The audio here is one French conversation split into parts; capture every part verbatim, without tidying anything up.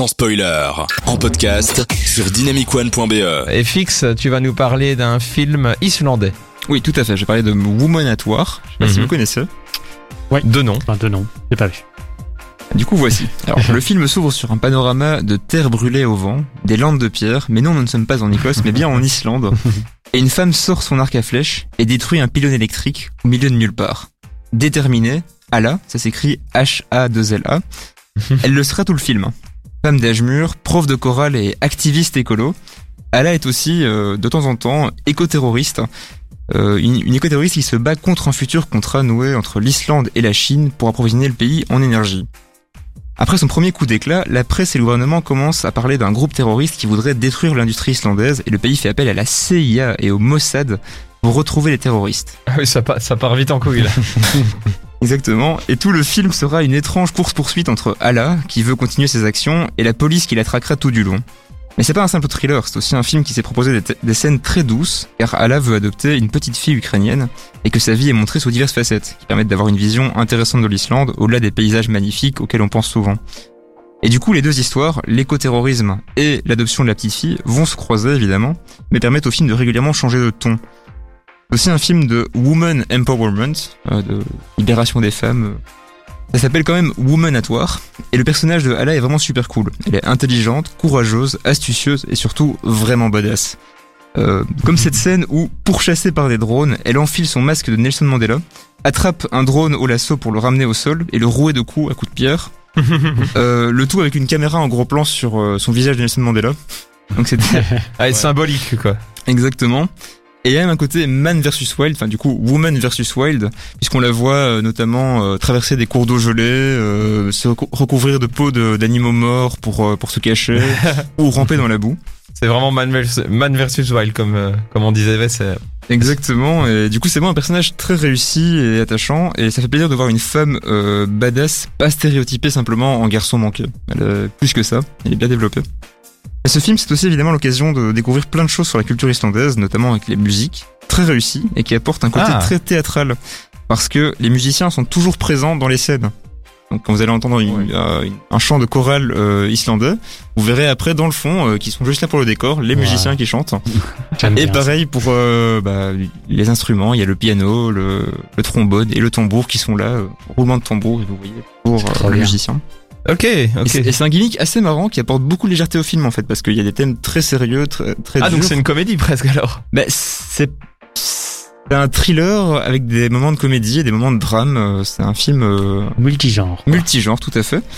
sans spoiler, en podcast sur dynamic one point b e. Et Fix, tu vas nous parler d'un film islandais. Oui, tout à fait. Je vais parler de Woman at War. Je sais pas Mm-hmm. si vous connaissez. Ouais. De nom. Enfin, de nom, j'ai pas vu. Du coup, voici. Alors, le film s'ouvre sur un panorama de terre brûlée au vent, des landes de pierre, mais non, nous ne sommes pas en Écosse, mais bien en Islande. Et une femme sort son arc à flèche et détruit un pylône électrique au milieu de nulle part. Déterminée, Alla, ça s'écrit H A deux L A, elle le sera tout le film. Femme d'âge mûr, prof de chorale et activiste écolo, Alla est aussi, euh, de temps en temps, éco-terroriste. Euh, une, une éco-terroriste qui se bat contre un futur contrat noué entre l'Islande et la Chine pour approvisionner le pays en énergie. Après son premier coup d'éclat, la presse et le gouvernement commencent à parler d'un groupe terroriste qui voudrait détruire l'industrie islandaise et le pays fait appel à la C I A et au Mossad pour retrouver les terroristes. Ah oui, ça, pa- ça part vite en couille là. Exactement, et tout le film sera une étrange course-poursuite entre Alla, qui veut continuer ses actions, et la police qui la traquera tout du long. Mais c'est pas un simple thriller, c'est aussi un film qui s'est proposé des, t- des scènes très douces, car Alla veut adopter une petite fille ukrainienne, et que sa vie est montrée sous diverses facettes, qui permettent d'avoir une vision intéressante de l'Islande, au-delà des paysages magnifiques auxquels on pense souvent. Et du coup, les deux histoires, l'écoterrorisme et l'adoption de la petite fille, vont se croiser évidemment, mais permettent au film de régulièrement changer de ton. C'est aussi un film de woman empowerment, euh, de libération des femmes. Ça s'appelle quand même Woman at War, et le personnage de Alla est vraiment super cool. Elle est intelligente, courageuse, astucieuse et surtout vraiment badass. Euh, comme cette scène où, pourchassée par des drones, elle enfile son masque de Nelson Mandela, attrape un drone au lasso pour le ramener au sol et le rouer de coups à coups de pierre. euh, le tout avec une caméra en gros plan sur euh, son visage de Nelson Mandela. Donc c'était Ah, ouais. Symbolique quoi. exactement. Et il y a même un côté Man versus Wild, enfin du coup Woman versus Wild, puisqu'on la voit euh, notamment euh, traverser des cours d'eau gelés, euh, se recou- recouvrir de peau de, d'animaux morts pour euh, pour se cacher, ou ramper dans la boue. C'est vraiment Man versus, Man versus Wild comme, euh, comme on disait. Ouais, c'est... Exactement, et du coup c'est vraiment un personnage très réussi et attachant, et ça fait plaisir de voir une femme euh, badass, pas stéréotypée simplement en garçon manqué. Elle est plus que ça, elle est bien développée. Et ce film, c'est aussi évidemment l'occasion de découvrir plein de choses sur la culture islandaise, notamment avec les musiques, très réussies, et qui apportent un côté Ah. très théâtral, parce que les musiciens sont toujours présents dans les scènes. Donc quand vous allez entendre une, Ouais. euh, une- un chant de chorale euh, islandais, vous verrez après dans le fond, euh, qui sont juste là pour le décor, les Ouais. musiciens qui chantent. J'aime Et bien pareil pour euh, bah, les instruments, il y a le piano, le, le trombone et le tambour qui sont là, euh, roulement de tambour, vous voyez, pour trop euh, le bien. musicien. Ok, Et ok. c'est- Et c'est un gimmick assez marrant qui apporte beaucoup de légèreté au film en fait, parce qu'il y a des thèmes très sérieux, très, très Ah, durs. donc c'est une comédie presque alors. Bah, c'est c'est un thriller avec des moments de comédie et des moments de drame. euh, C'est un film euh, multigenre. multigenre, tout à fait.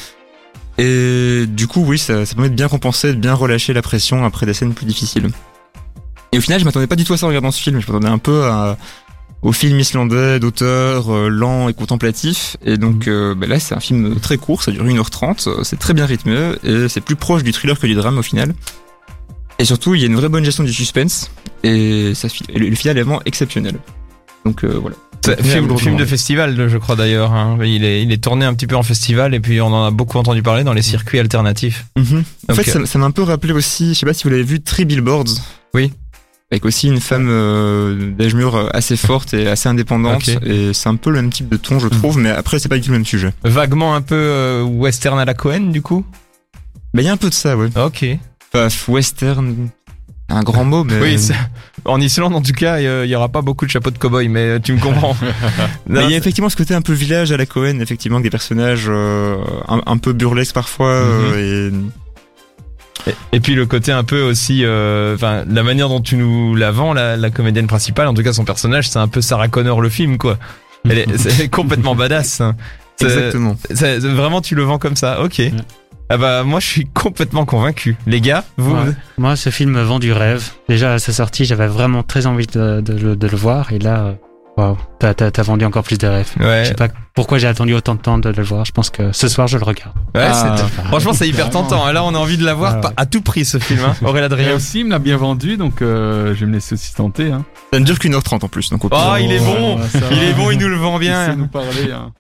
Et du coup, oui, ça, ça permet de bien compenser, de bien relâcher la pression après des scènes plus difficiles. Et au final, je m'attendais pas du tout à ça en regardant ce film. Je m'attendais un peu à, au film islandais d'auteur euh, lent et contemplatif. Et donc euh, bah là, c'est un film très court, ça dure une heure trente. euh, C'est très bien rythmé et c'est plus proche du thriller que du drame au final. Et surtout, il y a une vraie bonne gestion du suspense et, ça, fi- et le, le final est vraiment exceptionnel. Donc euh, voilà. C'est Bien, film, vous le film de recommande. festival, je crois d'ailleurs. Hein. Il est, il est tourné un petit peu en festival et puis on en a beaucoup entendu parler dans les circuits alternatifs. Mhm. En Donc, fait, ça, ça m'a un peu rappelé aussi, je sais pas si vous l'avez vu, Three Billboards. Oui. Avec aussi une femme euh, d'âge mûr assez forte et assez indépendante. Ok. Et c'est un peu le même type de ton, je trouve, mais après, c'est pas du tout le même sujet. Vaguement un peu euh, western à la Cohen du coup. Bah, il y a un peu de ça, ouais. Ok. Enfin, western, un grand mot, mais. Oui, c'est- en Islande en tout cas, il y aura pas beaucoup de chapeaux de cow-boy, mais tu me comprends. Mais Non, il y a effectivement ce côté un peu village à la Cohen, effectivement, avec des personnages euh, un, un peu burlesques parfois. euh, et... Et, et puis le côté un peu aussi, euh, enfin la manière dont tu nous la vends, la, la comédienne principale, en tout cas son personnage, c'est un peu Sarah Connor le film quoi. Elle est, c'est complètement badass. hein. C'est- Exactement. c'est- c'est- vraiment tu le vends comme ça, ok. Ah bah moi je suis complètement convaincu. Les gars, vous, Ouais. Moi, ce film me vend du rêve. Déjà, à sa sortie, j'avais vraiment très envie de, de, le- de le voir. Et là, euh, waouh, t'as, t'as, t'as vendu encore plus de rêves. ouais, Je sais pas pourquoi j'ai attendu autant de temps de le voir. Je pense que ce soir, je le regarde. ouais, Ah, c'est- franchement c'est hyper carrément. tentant. Là on a envie de l'avoir Ah ouais. pas- à tout prix ce film. Hein. Aurélien Et Adrien. aussi, il me l'a bien vendu, donc euh, je vais me laisser aussi tenter. Hein. Ça ne dure qu'une heure trente en plus. Donc au Oh, pire, il est bon, voilà, ça il va. est bon, il nous le vend Il sait bien. nous parler. Hein.